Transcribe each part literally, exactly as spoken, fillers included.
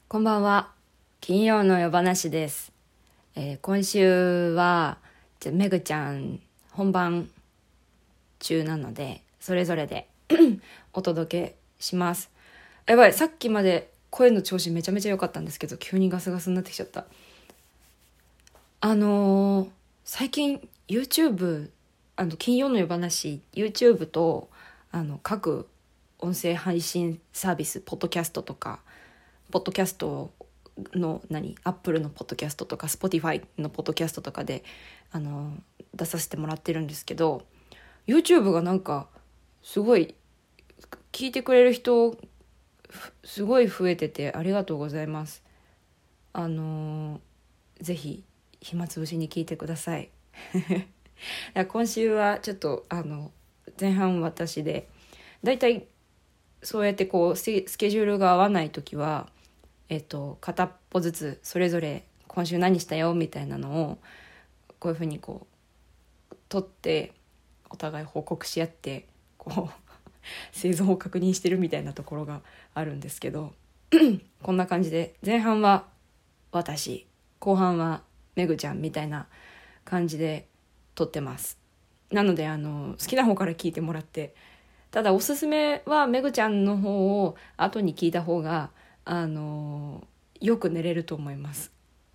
こんばんは。金曜の夜話です。えー今週はじゃめぐちゃん本番中なのでそれぞれでお届けします。やばい、さっきまで声の調子めちゃめちゃ良かったんですけど急にガスガスになってきちゃった。あのー最近 YouTube、 あの金曜の夜話 YouTube とあの各音声配信サービス、ポッドキャストとかポッドキャストの何アップルのポッドキャストとか Spotify のポッドキャストとかであの出させてもらってるんですけど、 YouTube がなんかすごい聞いてくれる人すごい増えててありがとうございます。あのぜひ暇つぶしに聞いてください。今週はちょっとあの前半私でだいたいそうやってこうスケスケジュールが合わない時はえっと、片っぽずつそれぞれ今週何したよみたいなのをこういうふうにこう撮ってお互い報告し合ってこう生存を確認してるみたいなところがあるんですけどこんな感じで前半は私、後半はめぐちゃんみたいな感じで撮ってます。なのであの好きな方から聞いてもらって、ただおすすめはめぐちゃんの方を後に聞いた方があのよく寝れると思います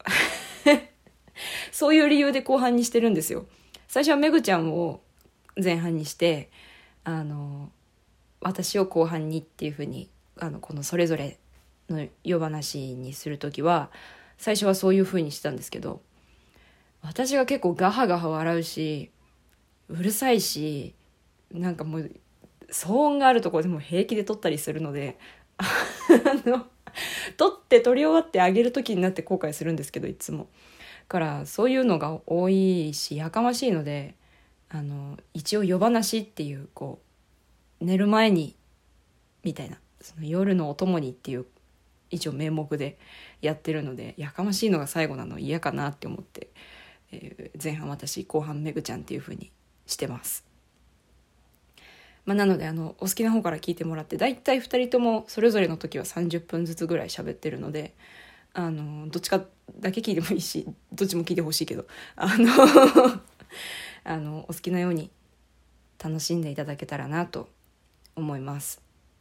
そういう理由で後半にしてるんですよ。最初はめぐちゃんを前半にしてあの私を後半にっていう風にあのこのそれぞれの夜話にするときは最初はそういう風にしてたんですけど、私が結構ガハガハ笑うしうるさいしなんかもう騒音があるところでも平気で撮ったりするのであの撮って撮り終わってあげる時になって後悔するんですけど、いつもからそういうのが多いしやかましいのであの一応夜話っていうこう寝る前にみたいなその夜のお供にっていう一応名目でやってるのでやかましいのが最後なの嫌かなって思って、えー前半私後半めぐちゃんっていう風にしてます。まあ、なのであのお好きな方から聞いてもらってだいたいふたりともそれぞれの時はさんじゅっぷんずつぐらい喋ってるのであのどっちかだけ聞いてもいいしどっちも聞いてほしいけどあのあのお好きなように楽しんでいただけたらなと思います。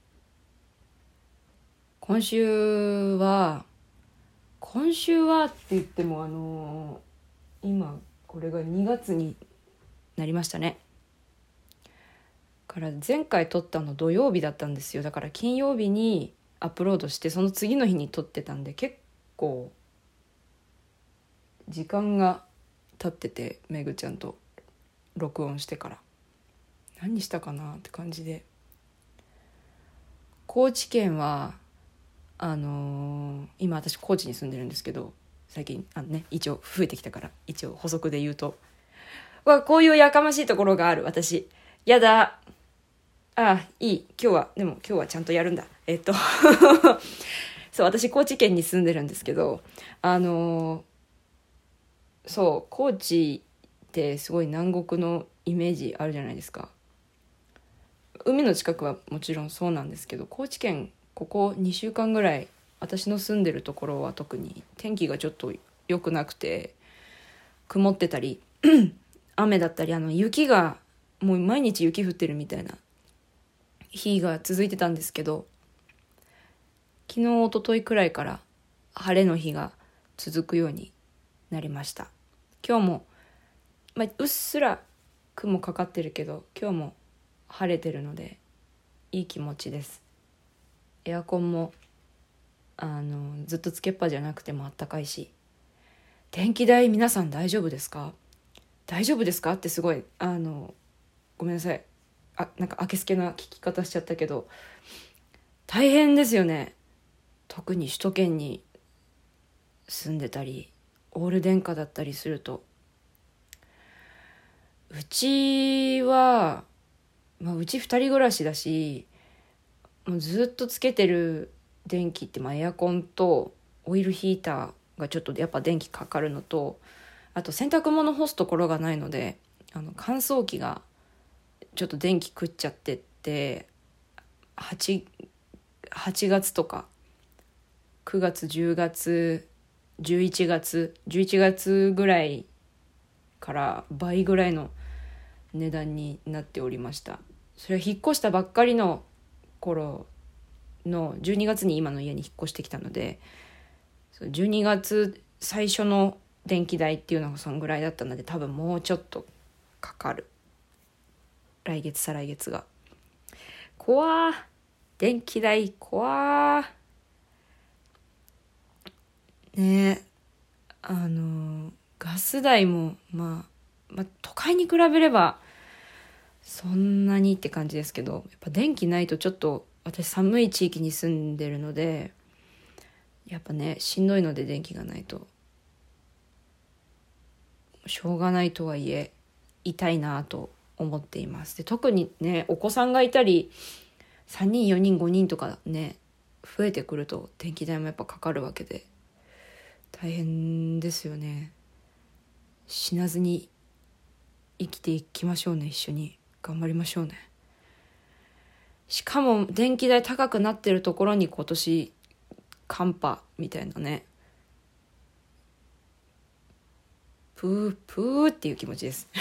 今週は今週はって言ってもあの今これがにがつになりましたね。から前回撮ったの土曜日だったんですよ。だから金曜日にアップロードしてその次の日に撮ってたんで結構時間が経ってて、めぐちゃんと録音してから何したかなって感じで、高知県はあのー今私高知に住んでるんですけど、最近あのね一応増えてきたから一応補足で言うと、わこういうやかましいところがある私やだ。あいい今日はでも今日はちゃんとやるんだ。えっとそう私高知県に住んでるんですけど、あのーそう高知ってすごい南国のイメージあるじゃないですか。海の近くはもちろんそうなんですけど、高知県ここにしゅうかんぐらい私の住んでるところは特に天気がちょっと良くなくて曇ってたり雨だったりあの雪がもう毎日雪降ってるみたいな日が続いてたんですけど、昨日一昨日くらいから晴れの日が続くようになりました。今日も、まあ、うっすら雲かかってるけど今日も晴れてるのでいい気持ちです。エアコンもあのずっとつけっぱじゃなくてもあったかいし、電気代皆さん大丈夫ですか？大丈夫ですかってすごいあのごめんなさい、あなんかあけすけな聞き方しちゃったけど大変ですよね。特に首都圏に住んでたりオール電化だったりすると、うちは、まあ、うちふたり暮らしだしもうずっとつけてる電気って、まあ、エアコンとオイルヒーターがちょっとやっぱ電気かかるのと、あと洗濯物干すところがないのであの乾燥機がちょっと電気食っちゃってって8、はちがつとかくがつじゅうがつじゅういちがつじゅういちがつぐらいから倍ぐらいの値段になっておりました。それは引っ越したばっかりの頃のじゅうにがつに今の家に引っ越してきたので、じゅうにがつ最初の電気代っていうのがそのぐらいだったので、多分もうちょっとかかる。来月再来月が怖ー。電気代怖ーね。えあのガス代も、まあ、まあ都会に比べればそんなにって感じですけど、やっぱ電気ないとちょっと、私寒い地域に住んでるのでやっぱねしんどいので、電気がないとしょうがないとはいえ痛いなと思っています。で特にねお子さんがいたりさんにんよにんごにんとかね増えてくると電気代もやっぱかかるわけで大変ですよね。死なずに生きていきましょうね。一緒に頑張りましょうね。しかも電気代高くなってるところに今年寒波みたいなね、プープーっていう気持ちです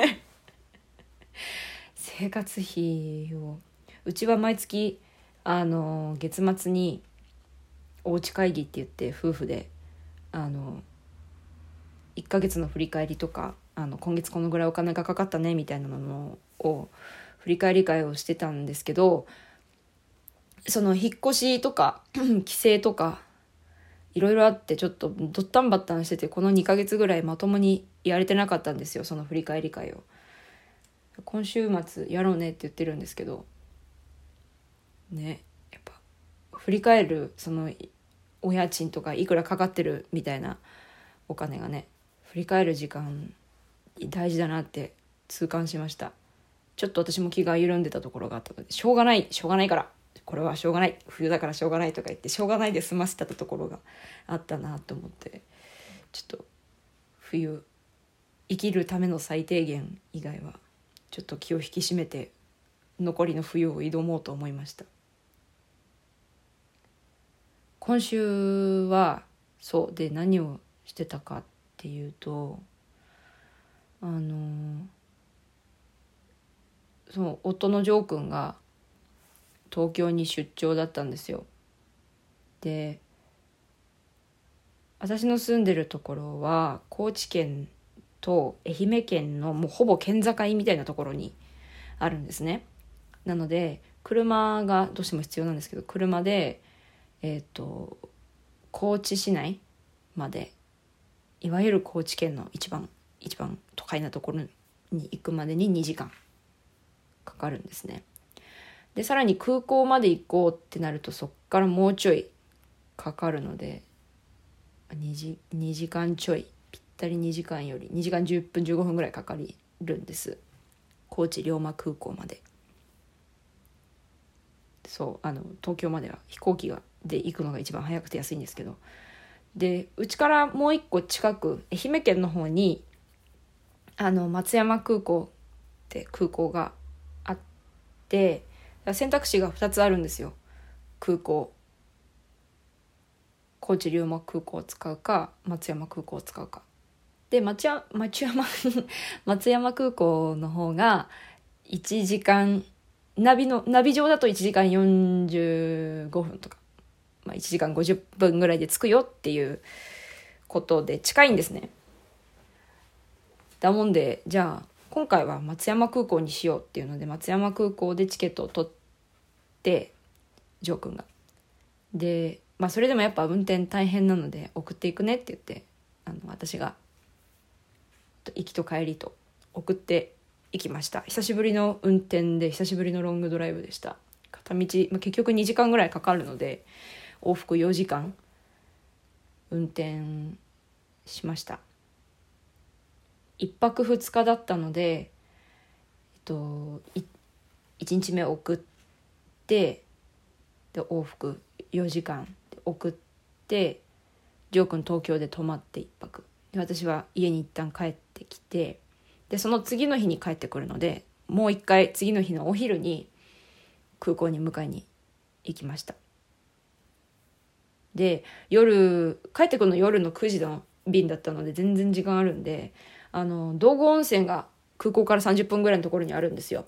生活費を、うちは毎月あの月末におうち会議って言って夫婦であのいっかげつの振り返りとか、あの今月このぐらいお金がかかったねみたいなのを振り返り会をしてたんですけど、その引っ越しとか帰省とかいろいろあってちょっとドッタンバッタンしてて、このにかげつぐらいまともにやれてなかったんですよ、その振り返り会を。今週末やろうねって言ってるんですけどね、やっぱ振り返るそのお家賃とかいくらかかってるみたいなお金がね、振り返る時間大事だなって痛感しました。ちょっと私も気が緩んでたところがあったので、しょうがないしょうがないからこれはしょうがない、冬だからしょうがないとか言ってしょうがないで済ませたところがあったなと思って、ちょっと冬生きるための最低限以外はちょっと気を引き締めて残りの冬を挑もうと思いました。今週はそうで何をしてたかっていうと、あのそう夫のジョー君が東京に出張だったんですよ。で私の住んでるところは高知県と愛媛県のもうほぼ県境みたいなところにあるんですね。なので車がどうしても必要なんですけど、車でえっと高知市内まで、いわゆる高知県の一番一番都会なところに行くまでににじかんかかるんですね。でさらに空港まで行こうってなるとそっからもうちょいかかるので2時、にじかんちょい、ぴったりにじかんよりにじかんじゅっぷんじゅうごふんぐらいかかるんです、高知龍馬空港まで。そうあの東京までは飛行機がで行くのが一番早くて安いんですけど、でうちからもう一個近く愛媛県の方にあの松山空港って空港があって、選択肢がふたつあるんですよ。空港、高知龍馬空港を使うか松山空港を使うかで、松山松山松山空港の方がいちじかん、ナビのナビ上だといちじかんよんじゅうごふんとか、まあ、いちじかんごじゅっぷんぐらいで着くよっていうことで近いんですね。だもんでじゃあ今回は松山空港にしようっていうので松山空港でチケットを取ってジョー君がで、まあ、それでもやっぱ運転大変なので送っていくねって言って、あの私が行きと帰りと送っていきました。久しぶりの運転で久しぶりのロングドライブでした。片道、まあ、結局にじかんぐらいかかるので往復よじかん運転しました。いっぱくふつかだったので、えっと、いちにちめ送ってで往復よじかん送ってジョー君東京で泊まっていっぱくで、私は家に一旦帰ってきて、でその次の日に帰ってくるのでもう一回次の日のお昼に空港に迎えに行きました。 で夜帰ってくるの夜のくじの便だったので全然時間あるんで、あの道後温泉が空港からさんじゅっぷんぐらいのところにあるんですよ、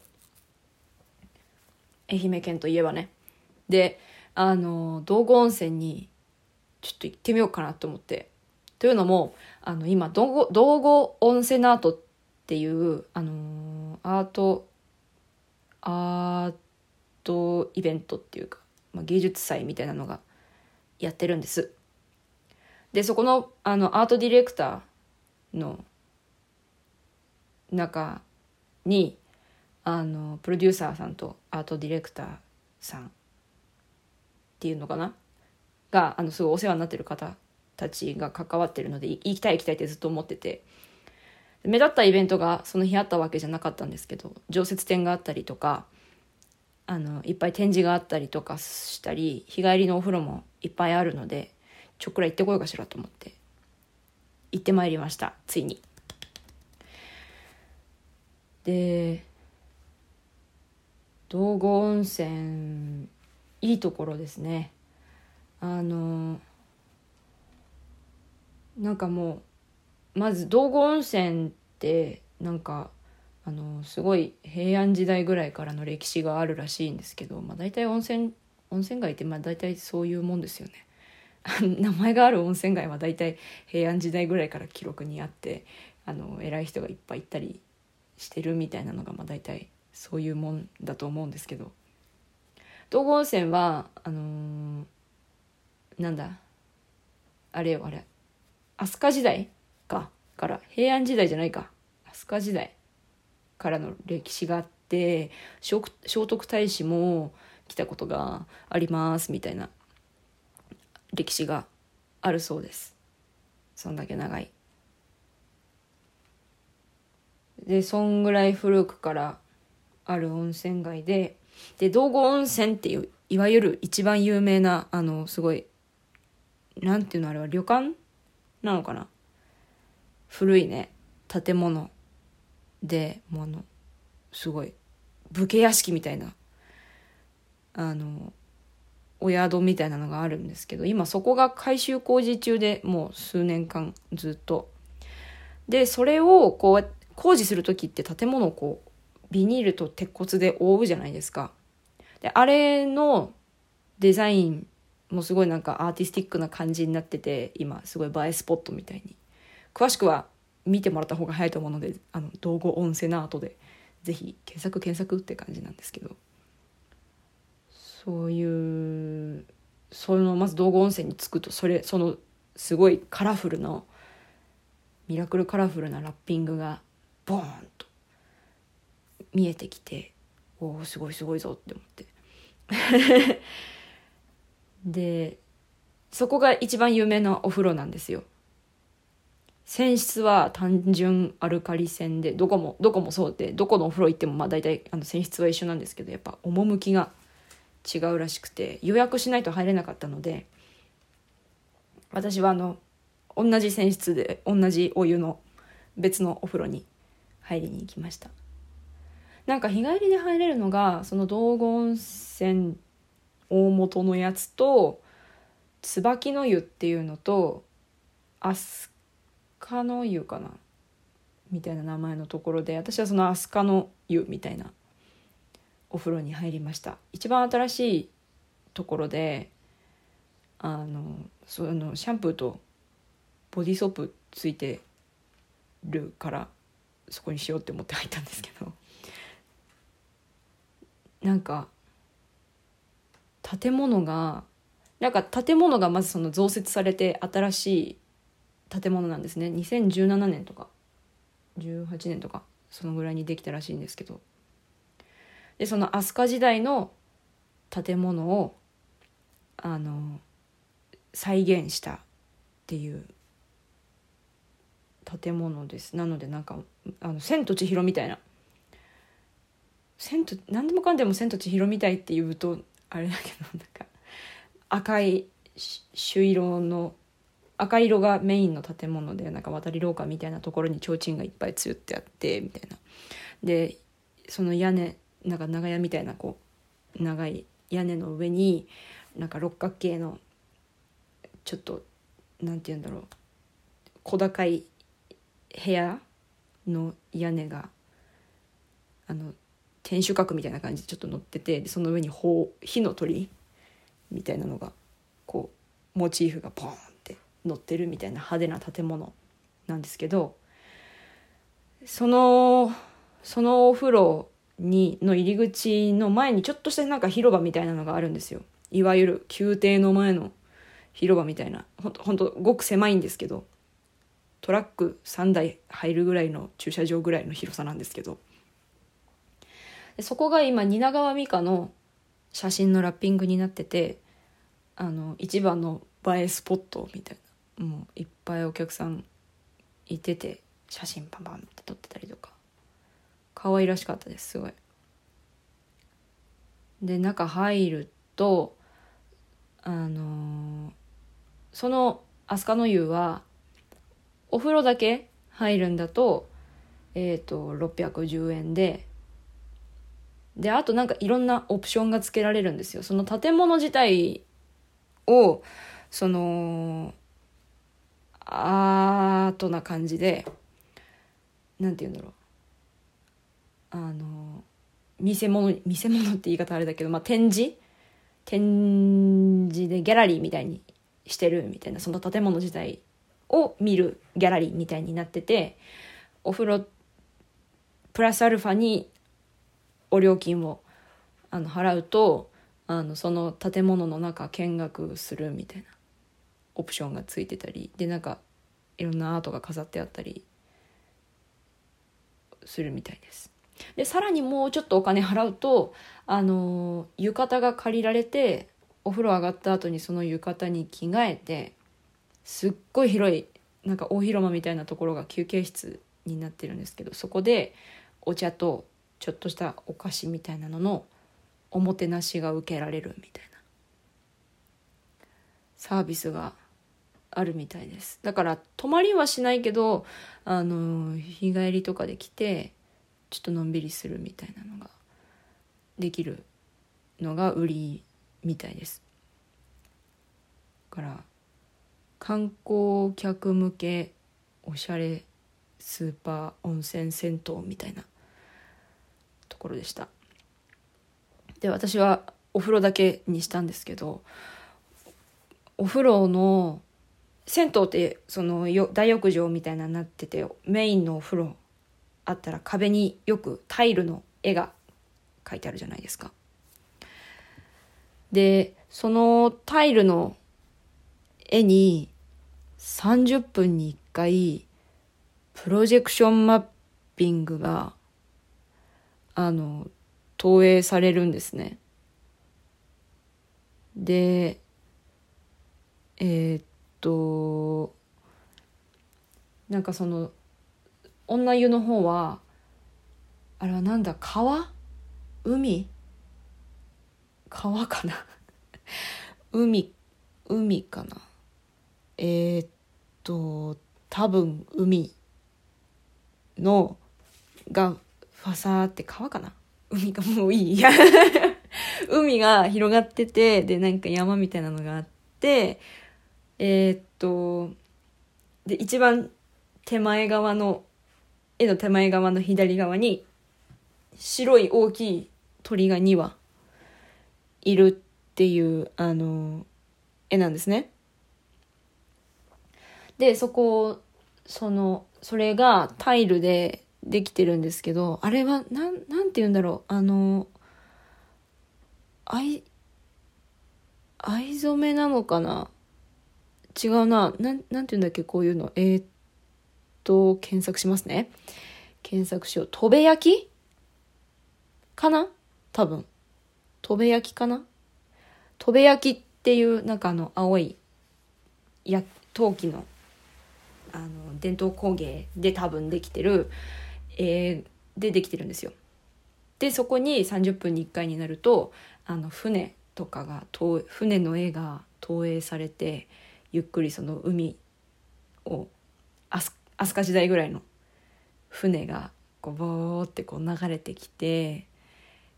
愛媛県といえばね。であの道後温泉にちょっと行ってみようかなと思って。というのもあの今道後、道後温泉アートっていうあのアートアートイベントっていうか、まあ、芸術祭みたいなのがやってるんです。でそこの、あのアートディレクターの中にあのプロデューサーさんとアートディレクターさんっていうのかながあのすごいお世話になってる方たちが関わってるので、行きたい行きたいってずっと思ってて、目立ったイベントがその日あったわけじゃなかったんですけど、常設展があったりとか、あのいっぱい展示があったりとかしたり、日帰りのお風呂もいっぱいあるので、ちょっくら行ってこようかしらと思って行ってまいりました。ついに。で道後温泉いいところですね。あのなんかもうまず道後温泉ってなんかあのすごい平安時代ぐらいからの歴史があるらしいんですけど、まあ、大体温泉温泉街ってまあ大体そういうもんですよね。名前がある温泉街は大体平安時代ぐらいから記録にあって、あの偉い人がいっぱい行ったりしてるみたいなのがまあ大体そういうもんだと思うんですけど、道後温泉はあのー、なんだあれよあれ飛鳥時代かから平安時代じゃないか飛鳥時代からの歴史があって、聖徳太子も来たことがありますみたいな歴史があるそうです。そんだけ長いで、そんぐらい古くからある温泉街で、で道後温泉っていういわゆる一番有名なあのすごいなんていうのあれは旅館なのかな、古いね建物で、もうあのすごい武家屋敷みたいなあのお宿みたいなのがあるんですけど、今そこが改修工事中でもう数年間ずっとで、それをこう工事する時って建物をこうビニールと鉄骨で覆うじゃないですか。であれのデザインもすごいなんかアーティスティックな感じになってて、今すごい映えスポットみたいに、詳しくは見てもらった方が早いと思うので、あの道後温泉アートでぜひ検索検索って感じなんですけど、そういうそのまず道後温泉に着くと、それそのすごいカラフルなミラクルカラフルなラッピングがボーンと見えてきて、おおすごいすごいぞって思ってでそこが一番有名なお風呂なんですよ。泉質は単純アルカリ泉で、どこもどこもそうで、どこのお風呂行ってもまあ大体あの泉質は一緒なんですけど、やっぱ趣が違うらしくて、予約しないと入れなかったので、私はあの同じ泉質で同じお湯の別のお風呂に入りに行きました。なんか日帰りで入れるのがその道後温泉大元のやつと椿の湯っていうのと飛鳥の湯かなみたいな名前のところで、私はその飛鳥の湯みたいなお風呂に入りました。一番新しいところで、あのそのシャンプーとボディーソープついてるからそこにしようって思って入ったんですけど、なんか建物がなんか建物がまずその増設されて新しい建物なんですね。にせんじゅうななねんとかじゅうはちねんとかそのぐらいにできたらしいんですけど、でその飛鳥時代の建物をあの再現したっていう建物です。なのでなんかあの千と千尋みたいな、千と何でもかんでも千と千尋みたいって言うとあれだけど、なんか赤い朱色の赤色がメインの建物で、なんか渡り廊下みたいなところに提灯がいっぱいつゆってあってみたいな、でその屋根なんか長屋みたいなこう長い屋根の上になんか六角形のちょっとなんて言うんだろう、小高い部屋の屋根があの天守閣みたいな感じでちょっと乗ってて、でその上に火火の鳥みたいなのがこうモチーフがポーンって乗ってるみたいな派手な建物なんですけど、そのそのお風呂にの入り口の前にちょっとしたなんか広場みたいなのがあるんですよ。いわゆる宮廷の前の広場みたいな、ほんとほんとごく狭いんですけど、トラックさんだい入るぐらいの駐車場ぐらいの広さなんですけど、でそこが今蜷川美香の写真のラッピングになってて、あの一番の映えスポットみたいな、もういっぱいお客さんいてて写真パンパンって撮ってたりとか、可愛らしかったです、すごい。で中入るとあのー、その飛鳥の湯はお風呂だけ入るんだとえっとろっぴゃくじゅうえんで、であとなんかいろんなオプションがつけられるんですよ。その建物自体をそのアートな感じで、なんて言うんだろう、あの見せ物見せ物って言い方あれだけど、まあ、展示展示でギャラリーみたいにしてるみたいな、その建物自体を見るギャラリーみたいになってて、お風呂プラスアルファにお料金をあの払うと、あのその建物の中見学するみたいなオプションがついてたりで、なんかいろんなアートが飾ってあったりするみたいです。でさらにもうちょっとお金払うと、あの浴衣が借りられて、お風呂上がった後にその浴衣に着替えて、すっごい広いなんか大広間みたいなところが休憩室になってるんですけど、そこでお茶とちょっとしたお菓子みたいなののおもてなしが受けられるみたいなサービスがあるみたいです。だから泊まりはしないけど、あの日帰りとかで来てちょっとのんびりするみたいなのができるのが売りみたいです。だから観光客向けおしゃれスーパー温泉銭湯みたいなところでした。で私はお風呂だけにしたんですけど、お風呂の銭湯ってその大浴場みたいなになってて、メインのお風呂あったら壁によくタイルの絵が描いてあるじゃないですか。でそのタイルの絵にさんじゅっぷんにいっかいプロジェクションマッピングがあの投影されるんですね。でえー、っとなんかその女湯の方はあれはなんだ、川海川かな海海かな、えー、っと多分海のがファサーって川かな、海がもういいや海が広がってて、でなんか山みたいなのがあって、えー、っとで一番手前側の絵の手前側の左側に白い大きい鳥がに羽いるっていうあの絵なんですね。でそこそのそれがタイルでできてるんですけど、あれはなんなんて言うんだろう、あの藍藍染めなのかな、違うな、なんなんて言うんだっけこういうの、えー、っと検索しますね。検索しよう。砥部焼きかな、多分砥部焼きかな、砥部焼きっていうなんかあの青いや陶器のあの伝統工芸で多分できてる、えー、でできてるんですよ。でそこにさんじゅっぷんにいっかいになるとあの船とかが船の絵が投影されて、ゆっくりその海を飛鳥時代ぐらいの船がこうボーってこう流れてきて、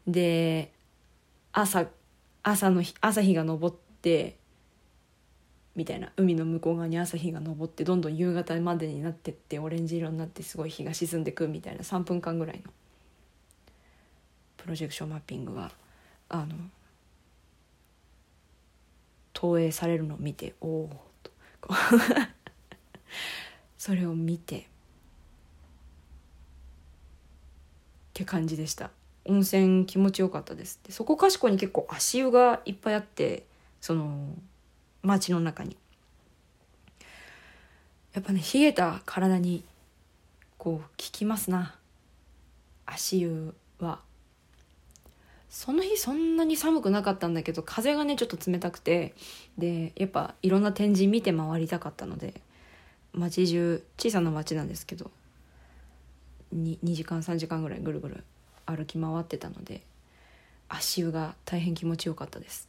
で朝朝の日朝日が昇ってみたいな、海の向こう側に朝日が昇ってどんどん夕方までになってってオレンジ色になってすごい日が沈んでくみたいなさんぷんかんぐらいのプロジェクションマッピングがあの投影されるのを見て、おおとこうそれを見てって感じでした。温泉気持ちよかったです。でそこかしこに結構足湯がいっぱいあって、その街の中にやっぱね、冷えた体にこう効きますな、足湯は。その日そんなに寒くなかったんだけど、風がねちょっと冷たくて、でやっぱいろんな展示見て回りたかったので、街中小さな街なんですけど 2, にじかんさんじかんぐらいぐるぐる歩き回ってたので、足湯が大変気持ちよかったです。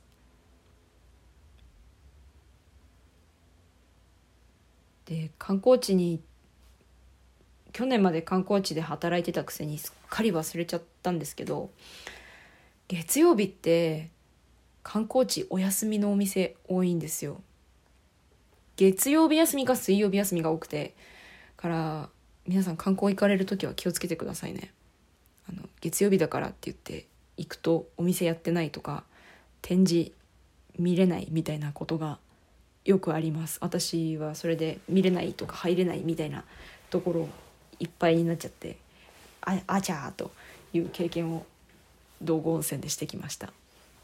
で観光地に去年まで観光地で働いてたくせにすっかり忘れちゃったんですけど、月曜日って観光地お休みのお店多いんですよ。月曜日休みか水曜日休みが多くて、から皆さん観光行かれるときは気をつけてくださいね。あの月曜日だからって言って行くとお店やってないとか展示見れないみたいなことがよくあります。私はそれで見れないとか入れないみたいなところいっぱいになっちゃって、ああちゃーという経験を道後温泉でしてきました。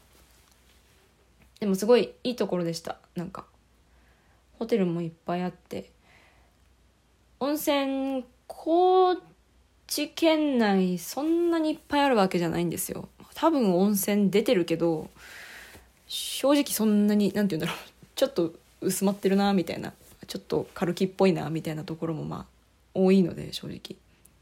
でもすごいいいところでした。なんかホテルもいっぱいあって、温泉高知県内そんなにいっぱいあるわけじゃないんですよ。多分温泉出てるけど正直そんなになんて言うんだろう、ちょっと薄まってるなみたいな、ちょっとカルキっぽいなみたいなところもまあ多いので、正直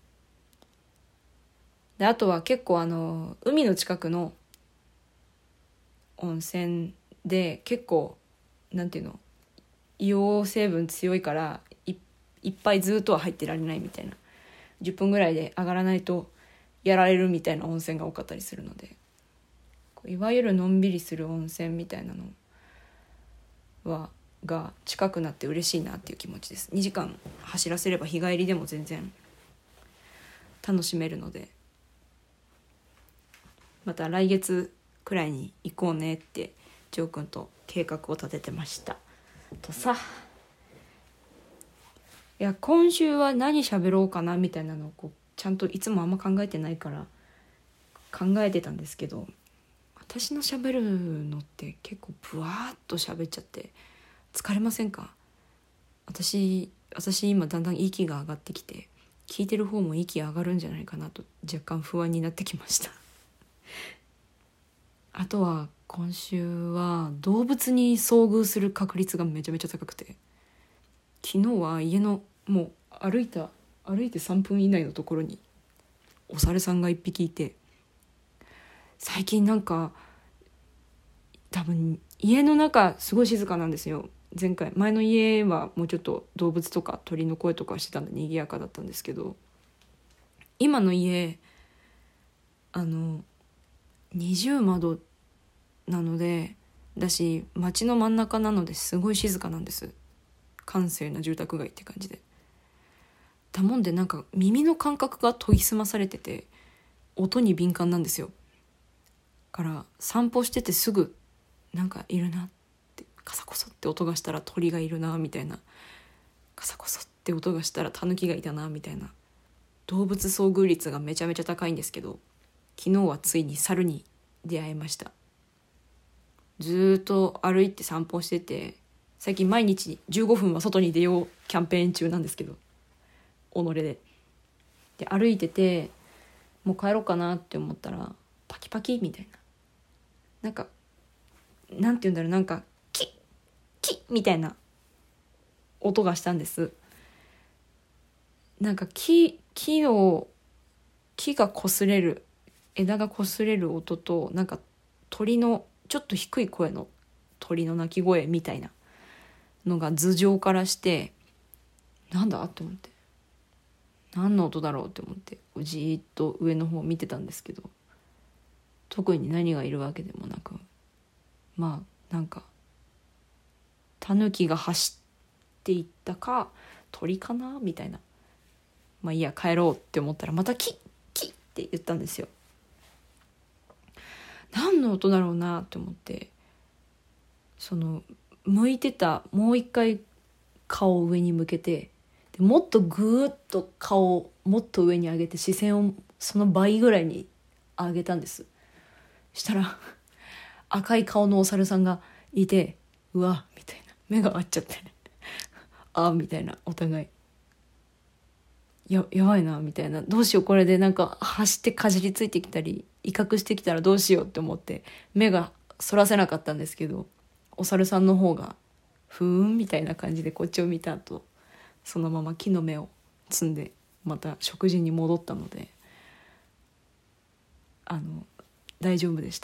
で、あとは結構あの海の近くの温泉で結構なんていうの、硫黄成分強いから い, いっぱいずっとは入ってられないみたいな、じゅっぷんぐらいで上がらないとやられるみたいな温泉が多かったりするので、いわゆるのんびりする温泉みたいなのはが近くなって嬉しいなっていう気持ちです。にじかん走らせれば日帰りでも全然楽しめるので、また来月くらいに行こうねってジョー君と計画を立ててましたとさ。いや今週は何喋ろうかなみたいなのをこうちゃんといつもあんま考えてないから考えてたんですけど、私の喋るのって結構ブワーッと喋っちゃって疲れませんか？私私今だんだん息が上がってきて、聞いてる方も息上がるんじゃないかなと若干不安になってきましたあとは今週は動物に遭遇する確率がめちゃめちゃ高くて、昨日は家のもう歩いた歩いてさんぷん以内のところにお猿さんがいっぴきいて、最近なんか多分家の中すごい静かなんですよ。前回前の家はもうちょっと動物とか鳥の声とかしてたんで賑やかだったんですけど、今の家あの二重窓なのでだし街の真ん中なのですごい静かなんです。閑静な住宅街って感じで、だもんでなんか耳の感覚が研ぎ澄まされてて音に敏感なんですよ。から散歩しててすぐなんかいるなってカサコソって音がしたら鳥がいるなみたいな、カサコソって音がしたらタヌキがいたなみたいな、動物遭遇率がめちゃめちゃ高いんですけど、昨日はついに猿に出会いました。ずっと歩いて散歩してて、最近毎日じゅうごふんは外に出ようキャンペーン中なんですけど、己でで歩いててもう帰ろうかなって思ったらパキパキみたいな、なんかなんて言うんだろう、なんかキッキッみたいな音がしたんです。なんか木木の木が擦れる、枝が擦れる音と、なんか鳥のちょっと低い声の鳥の鳴き声みたいなのが頭上からして、なんだと思って、何の音だろうって思ってじーっと上の方を見てたんですけど、特に何がいるわけでもなく、まあなんかタヌキが走っていったか鳥かなみたいな、まあいいや帰ろうって思ったらまたキッキッって言ったんですよ。何の音だろうなって思って、その向いてたもう一回顔を上に向けて、でもっとぐーっと顔をもっと上に上げて視線をその倍ぐらいに上げたんです。したら赤い顔のお猿さんがいて、うわみたいな、目が合っちゃってあみたいな、お互いややばいなみたいな、どうしようこれでなんか走ってかじりついてきたり威嚇してきたらどうしようって思って目がそらせなかったんですけど、お猿さんの方がふーんみたいな感じでこっちを見た後、そのまま木の芽を摘んでまた食事に戻ったので、あの大丈夫でした。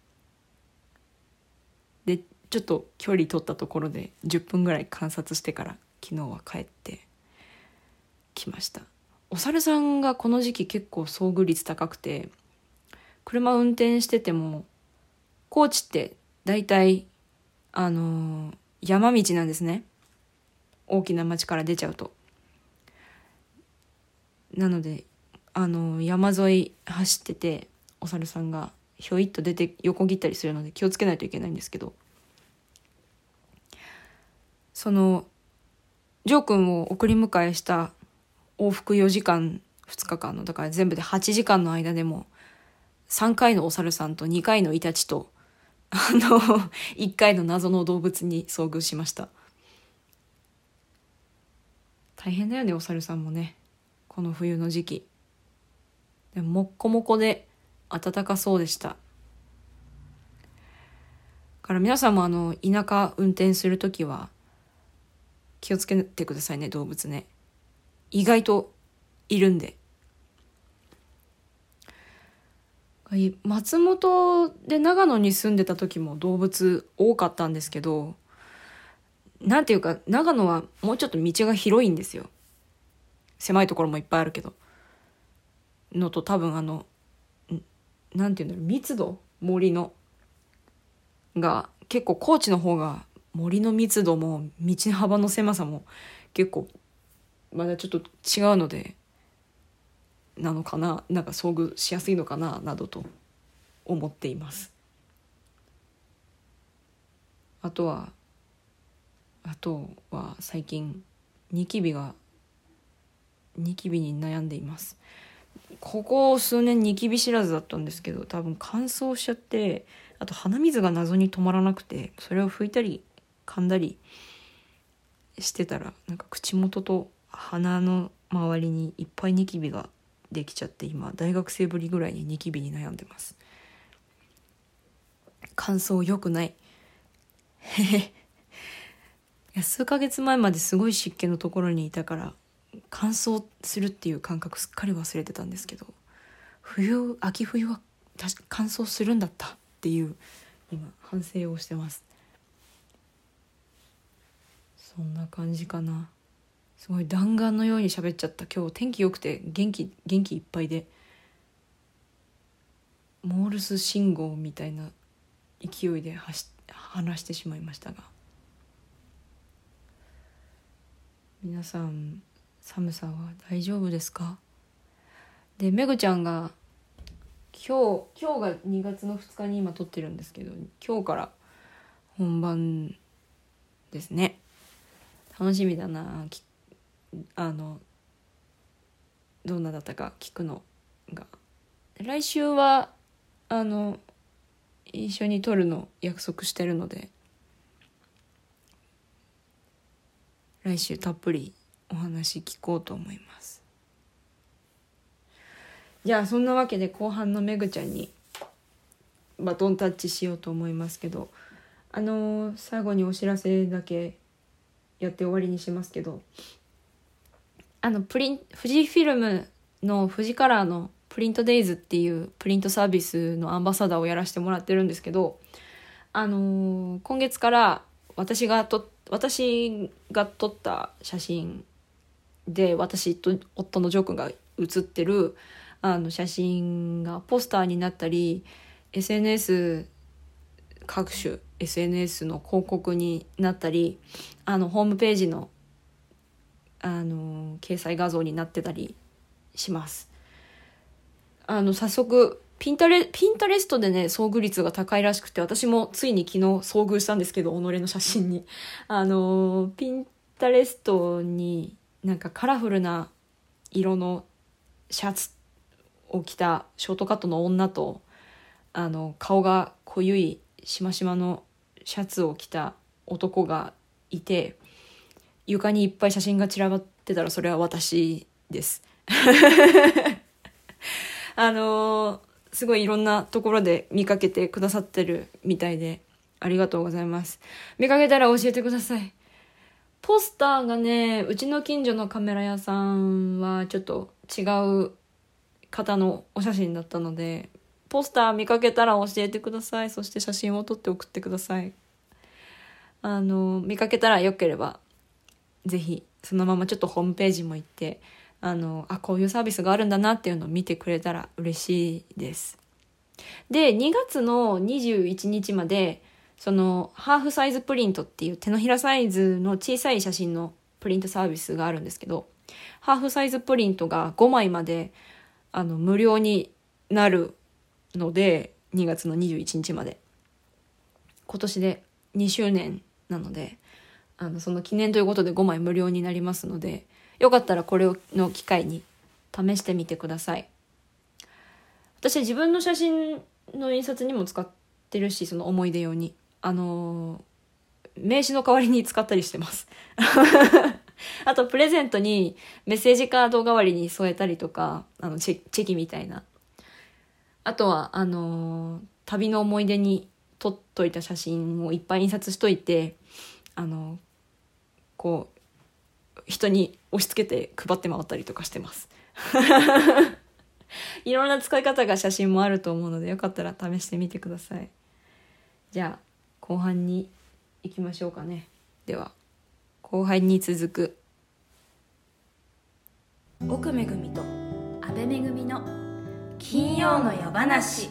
でちょっと距離取ったところでじゅっぷんぐらい観察してから昨日は帰ってきました。お猿さんがこの時期結構遭遇率高くて、車運転してても高知ってだいたいあのー、山道なんですね、大きな町から出ちゃうと。なのであのー、山沿い走っててお猿さんがひょいっと出て横切ったりするので気をつけないといけないんですけど、そのジョー君を送り迎えした往復よじかんふつかかんの、だから全部ではちじかんの間でもさんかいのお猿さんとにかいのイタチとあのいっかいの謎の動物に遭遇しました。大変だよねお猿さんもね、この冬の時期。でももっこもこで暖かそうでした。だから皆さんもあの田舎運転するときは気をつけてくださいね、動物ね。意外といるんで。松本で長野に住んでた時も動物多かったんですけど、なんていうか長野はもうちょっと道が広いんですよ。狭いところもいっぱいあるけどのと、多分あのなんていうんだろう、密度、森のが結構高知の方が森の密度も道幅の狭さも結構まだちょっと違うのでなのかな、なんか遭遇しやすいのかななどと思っています。あとはあとは最近ニキビがニキビに悩んでいます。ここ数年ニキビ知らずだったんですけど、多分乾燥しちゃって、あと鼻水が謎に止まらなくて、それを拭いたり噛んだりしてたらなんか口元と鼻の周りにいっぱいニキビができちゃって、今大学生ぶりぐらいにニキビに悩んでます。乾燥良くないへへいや数ヶ月前まですごい湿気のところにいたから乾燥するっていう感覚すっかり忘れてたんですけど、冬秋冬は確か乾燥するんだったっていう今反省をしてます。そんな感じかな。すごい弾丸のように喋っちゃった。今日天気良くて元気元気いっぱいで、モールス信号みたいな勢いで走話してしまいましたが、皆さん寒さは大丈夫ですか？でめぐちゃんが今日今日がにがつのふつかに今撮ってるんですけど、今日から本番ですね。楽しみだな。あのどんなだったか聞くのが。来週はあの一緒に撮るの約束してるので、来週たっぷりお話聞こうと思います。じゃあそんなわけで後半のめぐちゃんにバトンタッチしようと思いますけど、あのー、最後にお知らせだけやって終わりにしますけど、あのプリン富士フィルムの富士カラーのプリントデイズっていうプリントサービスのアンバサダーをやらせてもらってるんですけど、あのー、今月から私がと私が撮った写真で私と夫のジョー君が写ってるあの写真がポスターになったり エスエヌエス 各種エスエヌエス の広告になったり、あのホームページのあの掲載画像になってたりします。あの早速ピンタレピンタレストでね遭遇率が高いらしくて、私もついに昨日遭遇したんですけど、己の写真にあのピンタレストになんかカラフルな色のシャツを着たショートカットの女と、あの顔が濃ゆいしましまのシャツを着た男がいて、床にいっぱい写真が散らばってたらそれは私ですあのー、すごいいろんなところで見かけてくださってるみたいで、ありがとうございます。見かけたら教えてください。ポスターがね、うちの近所のカメラ屋さんはちょっと違う方のお写真だったので、ポスター見かけたら教えてください。そして写真を撮って送ってください。あの見かけたらよければぜひそのままちょっとホームページも行って、あのあこういうサービスがあるんだなっていうのを見てくれたら嬉しいです。でにがつのにじゅういちにちまでそのハーフサイズプリントっていう手のひらサイズの小さい写真のプリントサービスがあるんですけど、ハーフサイズプリントがごまいまであの無料になるので、にがつのにじゅういちにちまで今年でにしゅうねんなので、あのその記念ということでごまい無料になりますので、よかったらこれの機会に試してみてください。私は自分の写真の印刷にも使ってるし、その思い出用にあの名刺の代わりに使ったりしてますあとプレゼントにメッセージカード代わりに添えたりとか、あのチェ、チェキみたいな、あとはあの旅の思い出に撮っといた写真をいっぱい印刷しといて、あのこう人に押し付けて配って回ったりとかしてますいろんな使い方が写真もあると思うので、よかったら試してみてください。じゃあ後半に行きましょうかね。では後半に続く奥めぐみと阿部めぐみの金曜の夜話。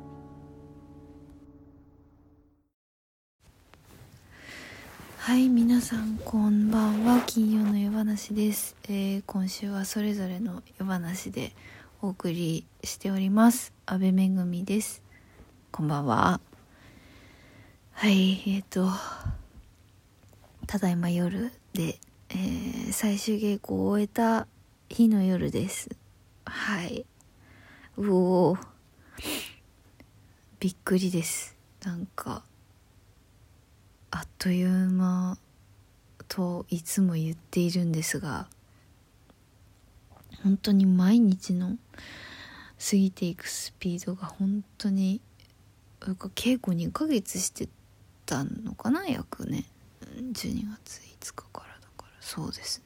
はい、皆さんこんばんは。金曜の夜話です、えー、今週はそれぞれの夜話でお送りしております。阿部めぐみです。こんばんは。はい、えっ、ー、とただいま夜で、えー、最終稽古を終えた日の夜です。はい、うおーびっくりです。なんかあっという間といつも言っているんですが、本当に毎日の過ぎていくスピードが本当に、なんか稽古にかげつしてたのかな、約ね。じゅうにがついつかからだから、そうですね、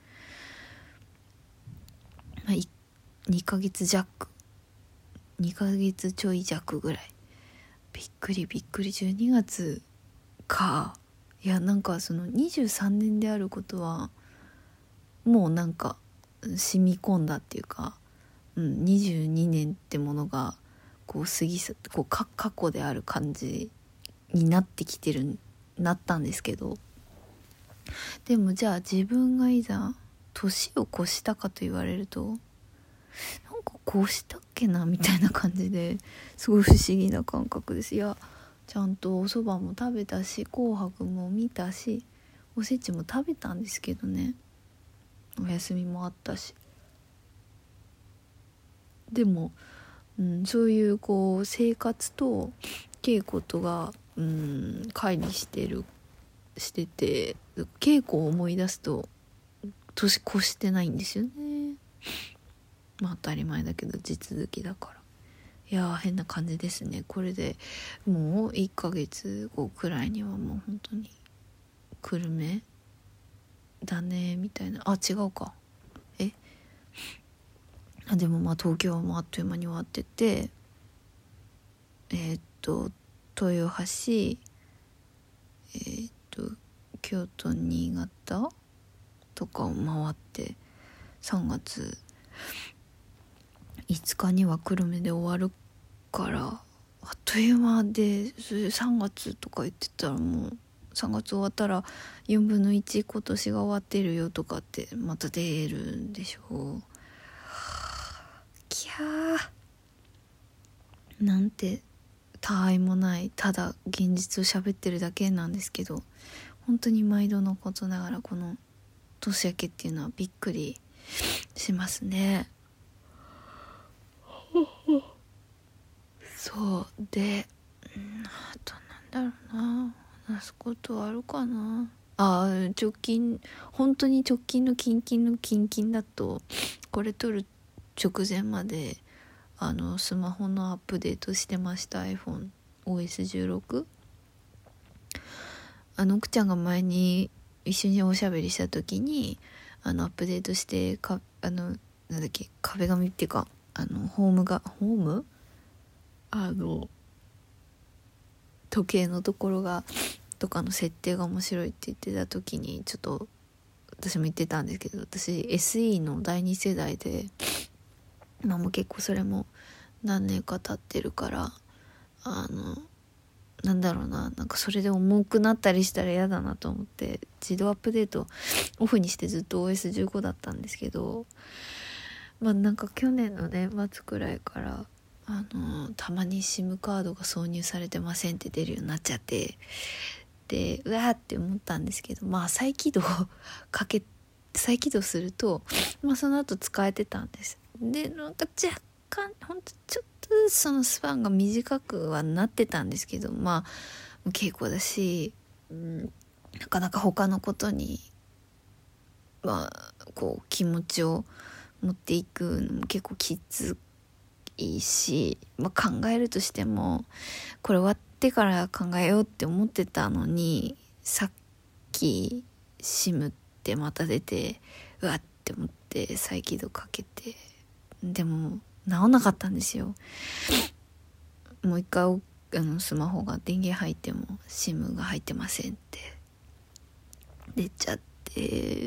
まあ、にかげつじゃくにかげつちょい弱ぐらい。びっくりびっくり。じゅうにがつか。いや、なんかそのにじゅうさんねんであることはもうなんか染み込んだっていうか、うん、にじゅうにねんってものがこう過ぎ去ってこう過去である感じになってきてるなったんですけど、でもじゃあ自分がいざ年を越したかと言われると、なんかこうしたっけなみたいな感じで、すごい不思議な感覚です。いや、ちゃんとお蕎麦も食べたし、紅白も見たし、おせちも食べたんですけどね、お休みもあったし。でも、うん、そういうこう生活と稽古とが、うん、乖離してるしてて、稽古を思い出すと年越してないんですよね。まあ当たり前だけど地続きだから。いやー、変な感じですね。これでもういっかげつごくらいにはもう本当に久留米だねみたいな。あ、違うか。えあでもまあ東京はもうあっという間に終わってて、えー、っと豊橋、えー、っと京都新潟とかを回って、さんがついつかには久留米で終わるから、 あっという間で、それさんがつとか言ってたらもうさんがつ終わったらよんぶんのいち今年が終わってるよとかってまた出るんでしょう。きゃーなんて他愛もない、ただ現実を喋ってるだけなんですけど、本当に毎度のことながらこの年明けっていうのはびっくりしますね。そうで、うんあとなんだろうな、話すことあるかな。あ直近本当に直近のキンキンのキンキンだと、これ撮る直前まであのスマホのアップデートしてました。 アイフォンオーエスじゅうろく。 あの奥ちゃんが前に一緒におしゃべりした時にあのアップデートしてかあのなんだっけ壁紙っていうかあのホームがホームあの時計のところがとかの設定が面白いって言ってた時にちょっと私も言ってたんですけど、私 エスイー のだいに世代で今も結構それも何年か経ってるから、あのなんだろうな、なんかそれで重くなったりしたら嫌だなと思って自動アップデートオフにしてずっと オーエスじゅうご だったんですけど、まあなんか去年の年末くらいからあのたまに SIM カードが挿入されてませんって出るようになっちゃって、でうわーって思ったんですけど、まあ再起動かけ再起動すると、まあ、その後使えてたんです。でなんか若干ほんとちょっとそのスパンが短くはなってたんですけど、まあ稽古だし、うん、なかなか他のことにまあこう気持ちを持っていくのも結構きついし、まあ、考えるとしてもこれ終わってから考えようって思ってたのに、さっきシムってまた出てうわって思って再起動かけて、でも治んなかったんですよ。もう一回あのスマホが電源入っても SIM が入ってませんって出ちゃって、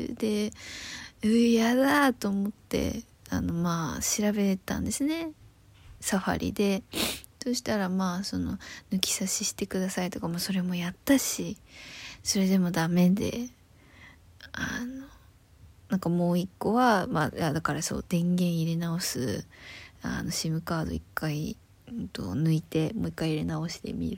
でうやだと思ってあのまあ調べたんですね、サファリで。そしたらまあその抜き差ししてくださいとかもそれもやったし、それでもダメで、あのなんかもう一個はまあだからそう電源入れ直すあの SIM カード一回、うん、と抜いてもう一回入れ直してみる。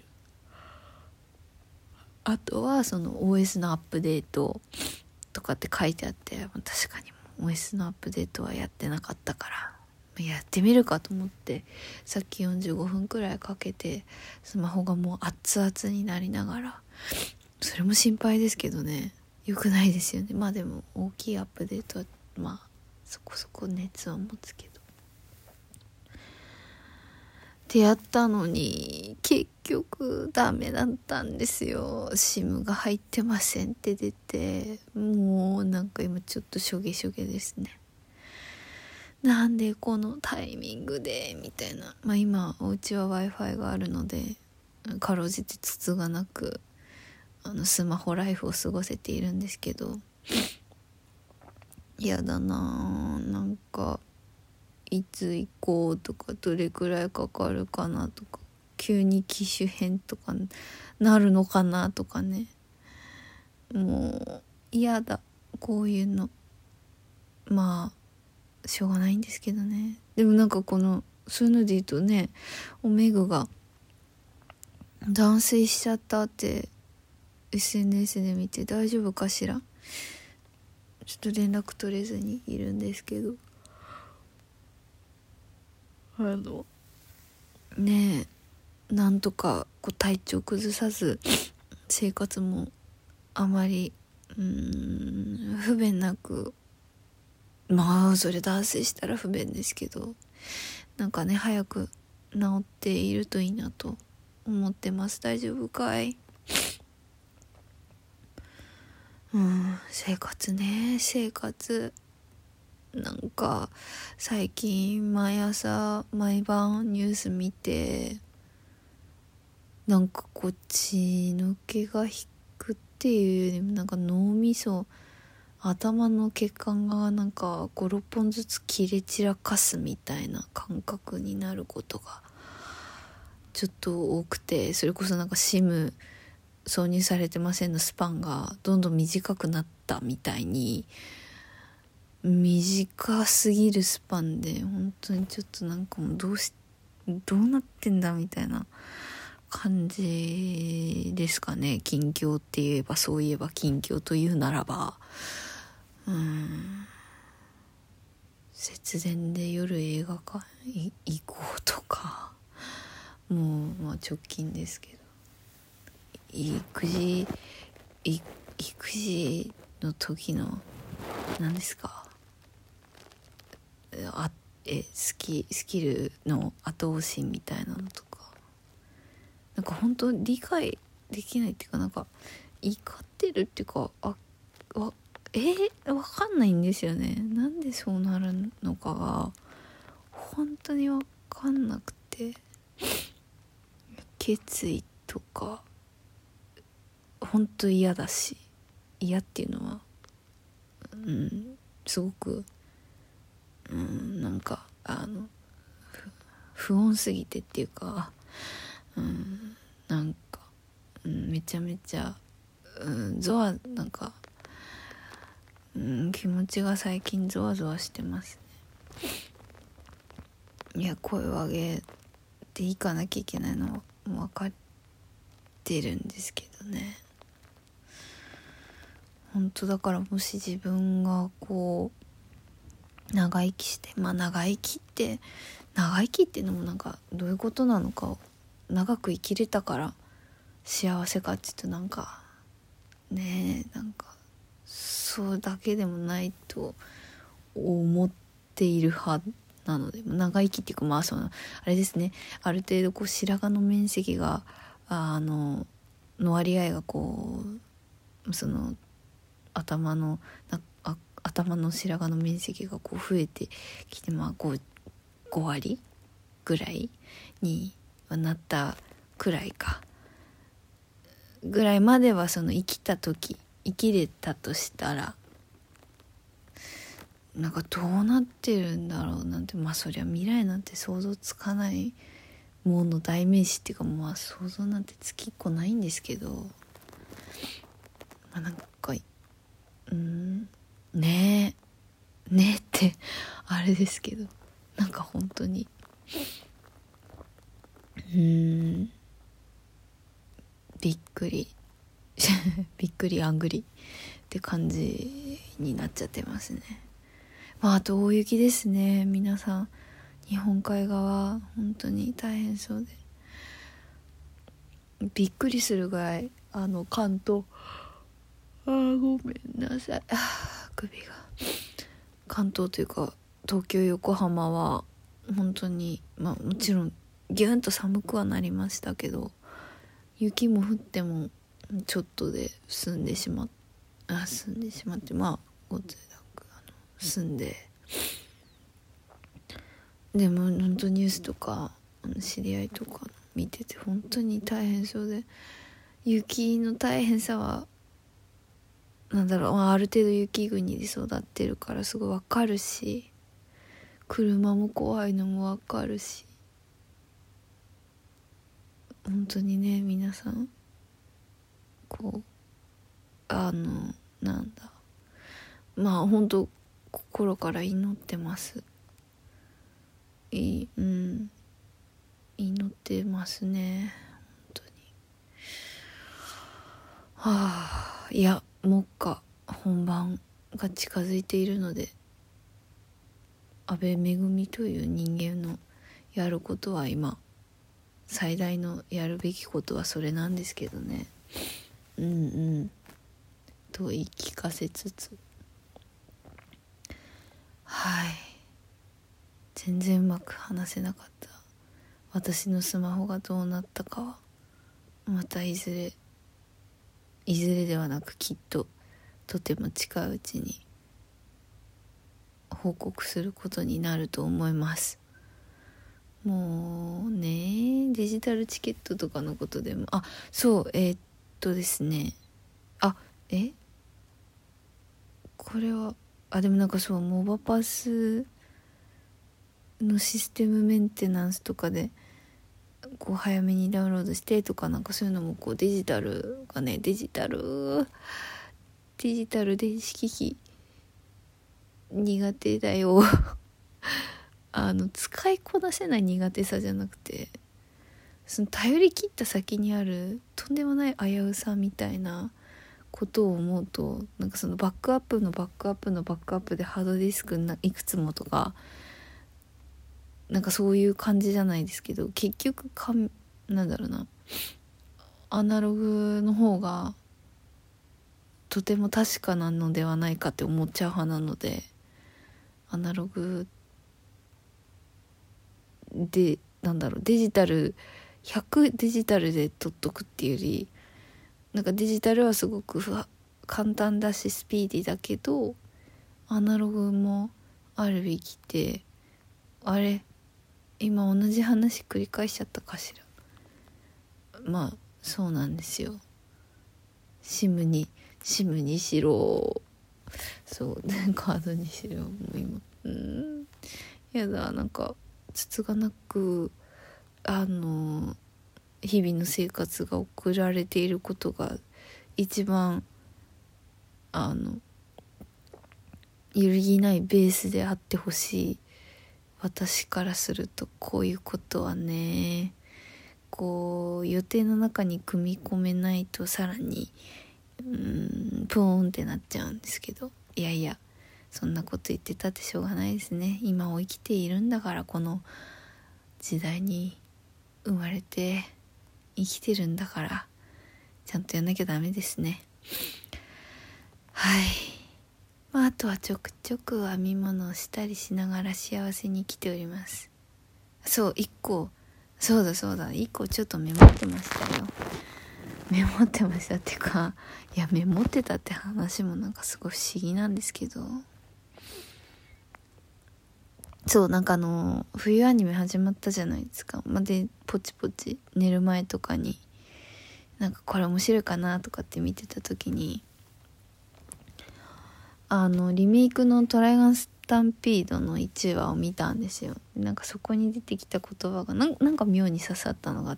あとはその オーエス のアップデートとかって書いてあって、確かに オーエス のアップデートはやってなかったからやってみるかと思ってさっきよんじゅうごふんくらいかけてスマホがもう熱々になりながら、それも心配ですけどね、良くないですよね。まあでも大きいアップデートはまあそこそこ熱は持つけどってやったのに結局ダメだったんですよ。 SIM が入ってませんって出て、もうなんか今ちょっとしょげしょげですね。なんでこのタイミングでみたいな。まあ今お家は Wi-Fi があるのでかろうじてつつがなくあのスマホライフを過ごせているんですけど、やだなぁ、なんかいつ行こうとかどれくらいかかるかなとか、急に機種変とかなるのかなとかね、もう嫌だこういうの。まあしょうがないんですけどね。でもなんかこのそういうので言うとね、おめぐが断水しちゃったって エスエヌエス で見て、大丈夫かしら、ちょっと連絡取れずにいるんですけど、あのねえなんとかこう体調崩さず生活もあまりうーん不便なく、まあそれ断水したら不便ですけど、なんかね早く治っているといいなと思ってます。大丈夫かい。うん生活ね生活なんか最近毎朝毎晩ニュース見て、なんかこっち抜けが引くっていうよりもなんか脳みそ頭の血管がなんかごろっぽんずつ切れ散らかすみたいな感覚になることがちょっと多くて、それこそなんか SIM 挿入されてませんのスパンがどんどん短くなったみたいに、短すぎるスパンで本当にちょっとなんかもうどうしどうなってんだみたいな感じですかね。近況って言えば、そういえば近況というならば、うーん節電で夜映画館行こうとか、もうまあ直近ですけど、育児い育児の時の何ですか、あえスキスキルの後押しみたいなのとか、なんか本当理解できないっていうか、なんか怒ってるっていうか、あわえー、わかんないんですよね。なんでそうなるのかが本当にわかんなくて、決意とか本当嫌だし、嫌っていうのはうんすごくうんなんかあの不穏すぎてっていうか、うんなんか、うん、めちゃめちゃ、うん、ゾワなんか、うん、気持ちが最近ゾワゾワしてますね。いや声を上げていかなきゃいけないのは分かってるんですけどね。本当だから、もし自分がこう長生きして、まあ長生きって長生きっていうのもなんかどういうことなのかを、長く生きれたから幸せかっていうとなんかねえ、なんかそうだけでもないと思っている派なので、長生きっていうか、まあそのあれですね、ある程度こう白髪の面積があのの割合がこうその頭のなあ頭の白髪の面積がこう増えてきて、まあこうご割ぐらいになったくらいかぐらいまでは、その生きた時生きれたとしたら、なんかどうなってるんだろうなんて、まあそりゃ未来なんて想像つかないもの代名詞っていうか、まあ想像なんてつきっこないんですけど、まあなんかうんねえねえってあれですけど、なんか本当にうーんびっくりびっくりあんぐりって感じになっちゃってますね。まああと大雪ですね。皆さん日本海側本当に大変そうで、びっくりするぐらいあの関東、あーごめんなさい、あ首が、関東というか東京横浜は本当に、まあもちろんギュンと寒くはなりましたけど、雪も降ってもちょっとで済んでしまっあ済んでしまってまあごつくあの済んで、でも本当ニュースとか知り合いとか見てて本当に大変そうで、雪の大変さはなんだろう、ある程度雪国で育ってるからすごいわかるし、車も怖いのもわかるし、本当にね皆さんこうあのなんだまあ本当心から祈ってます。いいうん祈ってますね本当に。はあ、いや目下本番が近づいているので、安倍めぐみという人間のやることは今最大のやるべきことはそれなんですけどね。うんうんと言い聞かせつつ、はい全然うまく話せなかった私のスマホがどうなったかはまたいずれいずれではなくきっととても近いうちに報告することになると思います。もうねデジタルチケットとかのことでも、あそうえー、っとですねあえこれはあでもなんかそうモバパスのシステムメンテナンスとかでこう早めにダウンロードしてとか、なんかそういうのもこうデジタルがねデジタルデジタル電子機器苦手だよあの使いこなせない苦手さじゃなくて、その頼り切った先にあるとんでもない危うさみたいなことを思うと、なんかそのバックアップのバックアップのバックアップでハードディスクいくつもとか、なんかそういう感じじゃないですけど、結局かなんだろうなアナログの方がとても確かなのではないかって思っちゃう派なので、アナログでなんだろうデジタルひゃくデジタルで取っとくっていうより、なんかデジタルはすごくふわ簡単だしスピーディーだけどアナログもあるべきって、あれ今同じ話繰り返しちゃったかしら。まあそうなんですよ。シムにシムにしろそうカードにしろもう今うんやだ、なんかつつがなくあの日々の生活が送られていることが一番あの揺るぎないベースであってほしい。私からするとこういうことはね、こう予定の中に組み込めないとさらにうーんプーンってなっちゃうんですけど、いやいやそんなこと言ってたってしょうがないですね。今を生きているんだから、この時代に生まれて生きてるんだからちゃんとやんなきゃダメですね。はい、まあ、あとはちょくちょく編み物をしたりしながら幸せに生きております。そう一個そうだそうだ一個ちょっとメモってましたよ。メモってましたっていうか、いやメモってたって話もなんかすごい不思議なんですけど、そうなんかあの冬アニメ始まったじゃないですか。まあ、でポチポチ寝る前とかになんかこれ面白いかなとかって見てた時に、あのリメイクのトライガンスタンピードのいちわを見たんですよ。なんかそこに出てきた言葉がな ん, なんか妙に刺さったのがあって、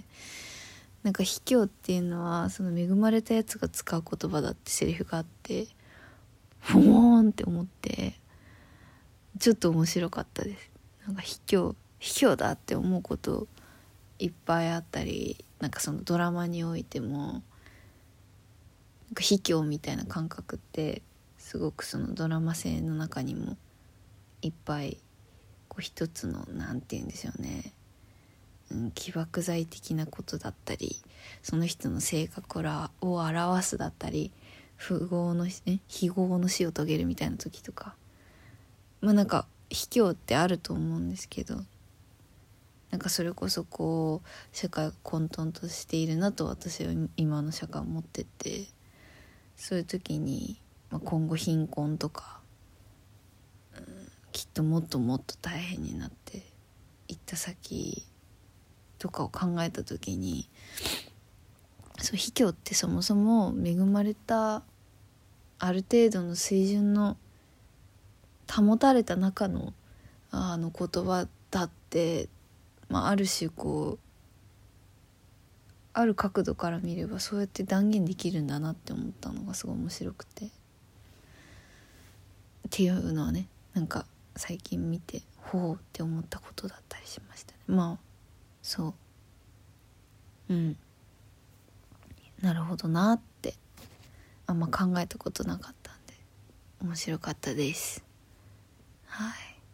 なんか卑怯っていうのはその恵まれたやつが使う言葉だってセリフがあって、フォーンって思ってちょっと面白かったです。なんか卑怯卑怯だって思うこといっぱいあったり、なんかそのドラマにおいてもなんか卑怯みたいな感覚ってすごくそのドラマ性の中にもいっぱいこう一つのなんて言うんでしょうね、うん、起爆剤的なことだったり、その人の性格を表すだったり、富豪のえ非業の死を遂げるみたいな時とか、まあなんか卑怯ってあると思うんですけど、なんかそれこそこう社会が混沌としているなと私は今の社会を思ってて、そういう時に、まあ、今後貧困とか、うん、きっともっともっと大変になっていった先とかを考えた時に、そう卑怯ってそもそも恵まれたある程度の水準の保たれた中のあの言葉だって、まあ、ある種こうある角度から見ればそうやって断言できるんだなって思ったのがすごい面白くて、っていうのはね、なんか最近見てほうって思ったことだったりしましたね。まあそううんなるほどなってあんま考えたことなかったんで面白かったです。はい、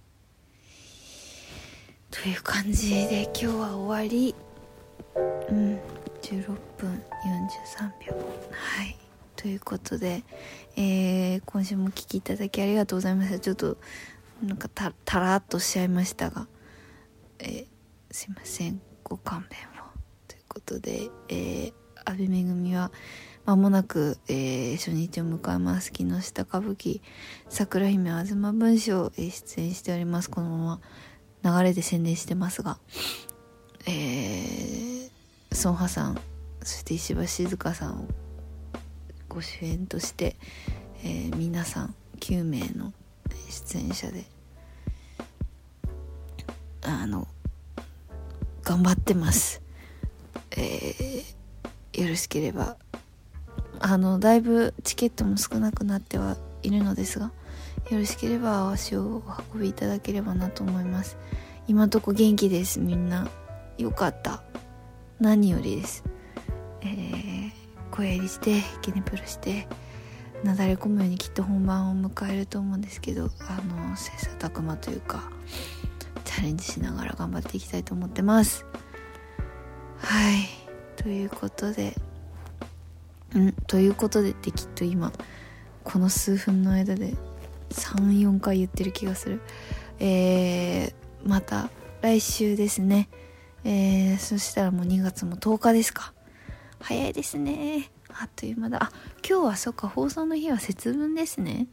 という感じで今日は終わり。うんじゅうろっぷんよんじゅうさんびょう、はいということで、えー、今週もお聞きいただきありがとうございました。ちょっとなんか た, たらっとしちゃいましたが、えー、すいませんご勘弁をということで、えー、阿部めぐみはまもなく、えー、初日を迎えます。木下歌舞伎桜姫あずま文章、えー、出演しております。このまま流れで宣伝してますが、えー、孫波さんそして石橋静香さんをご主演として、えー、皆さんきゅうめいの出演者であの頑張ってます。えー、よろしければあのだいぶチケットも少なくなってはいるのですが、よろしければ足をお運びいただければなと思います。今んとこ元気です。みんなよかった、何よりです。えー、小やりしてゲネプロしてなだれ込むようにきっと本番を迎えると思うんですけど、あの切磋琢磨というかチャレンジしながら頑張っていきたいと思ってます。はい、ということでんということでってきっと今この数分の間で さん,よん 回言ってる気がする。えー、また来週ですね。えー、そしたらもうにがつもとおかですか。早いですね、あっという間だ。あ、今日はそっか、放送の日は節分ですね。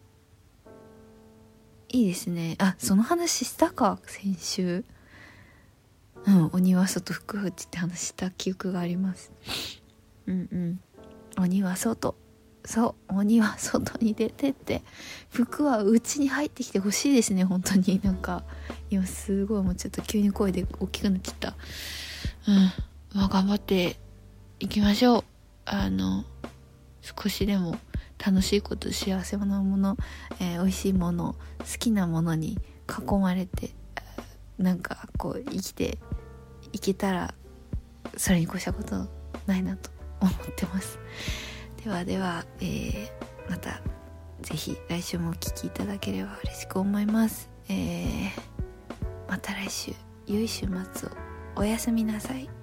いいですね。あ、その話したか、先週。うん、鬼は外福縁って話した記憶があります。うんうん、鬼は外、そう鬼は外に出てって服は内に入ってきてほしいですね。本当になんか今すごいもうちょっと急に声で大きくなっちゃった。うん、まあ頑張っていきましょう。あの少しでも楽しいこと、幸せなもの、えー、美味しいもの、好きなものに囲まれてなんかこう生きていけたらそれに越したことないなと思ってます。ではでは、えー、またぜひ来週もお聞きいただければ嬉しく思います。えー、また来週、良い週末を。おやすみなさい。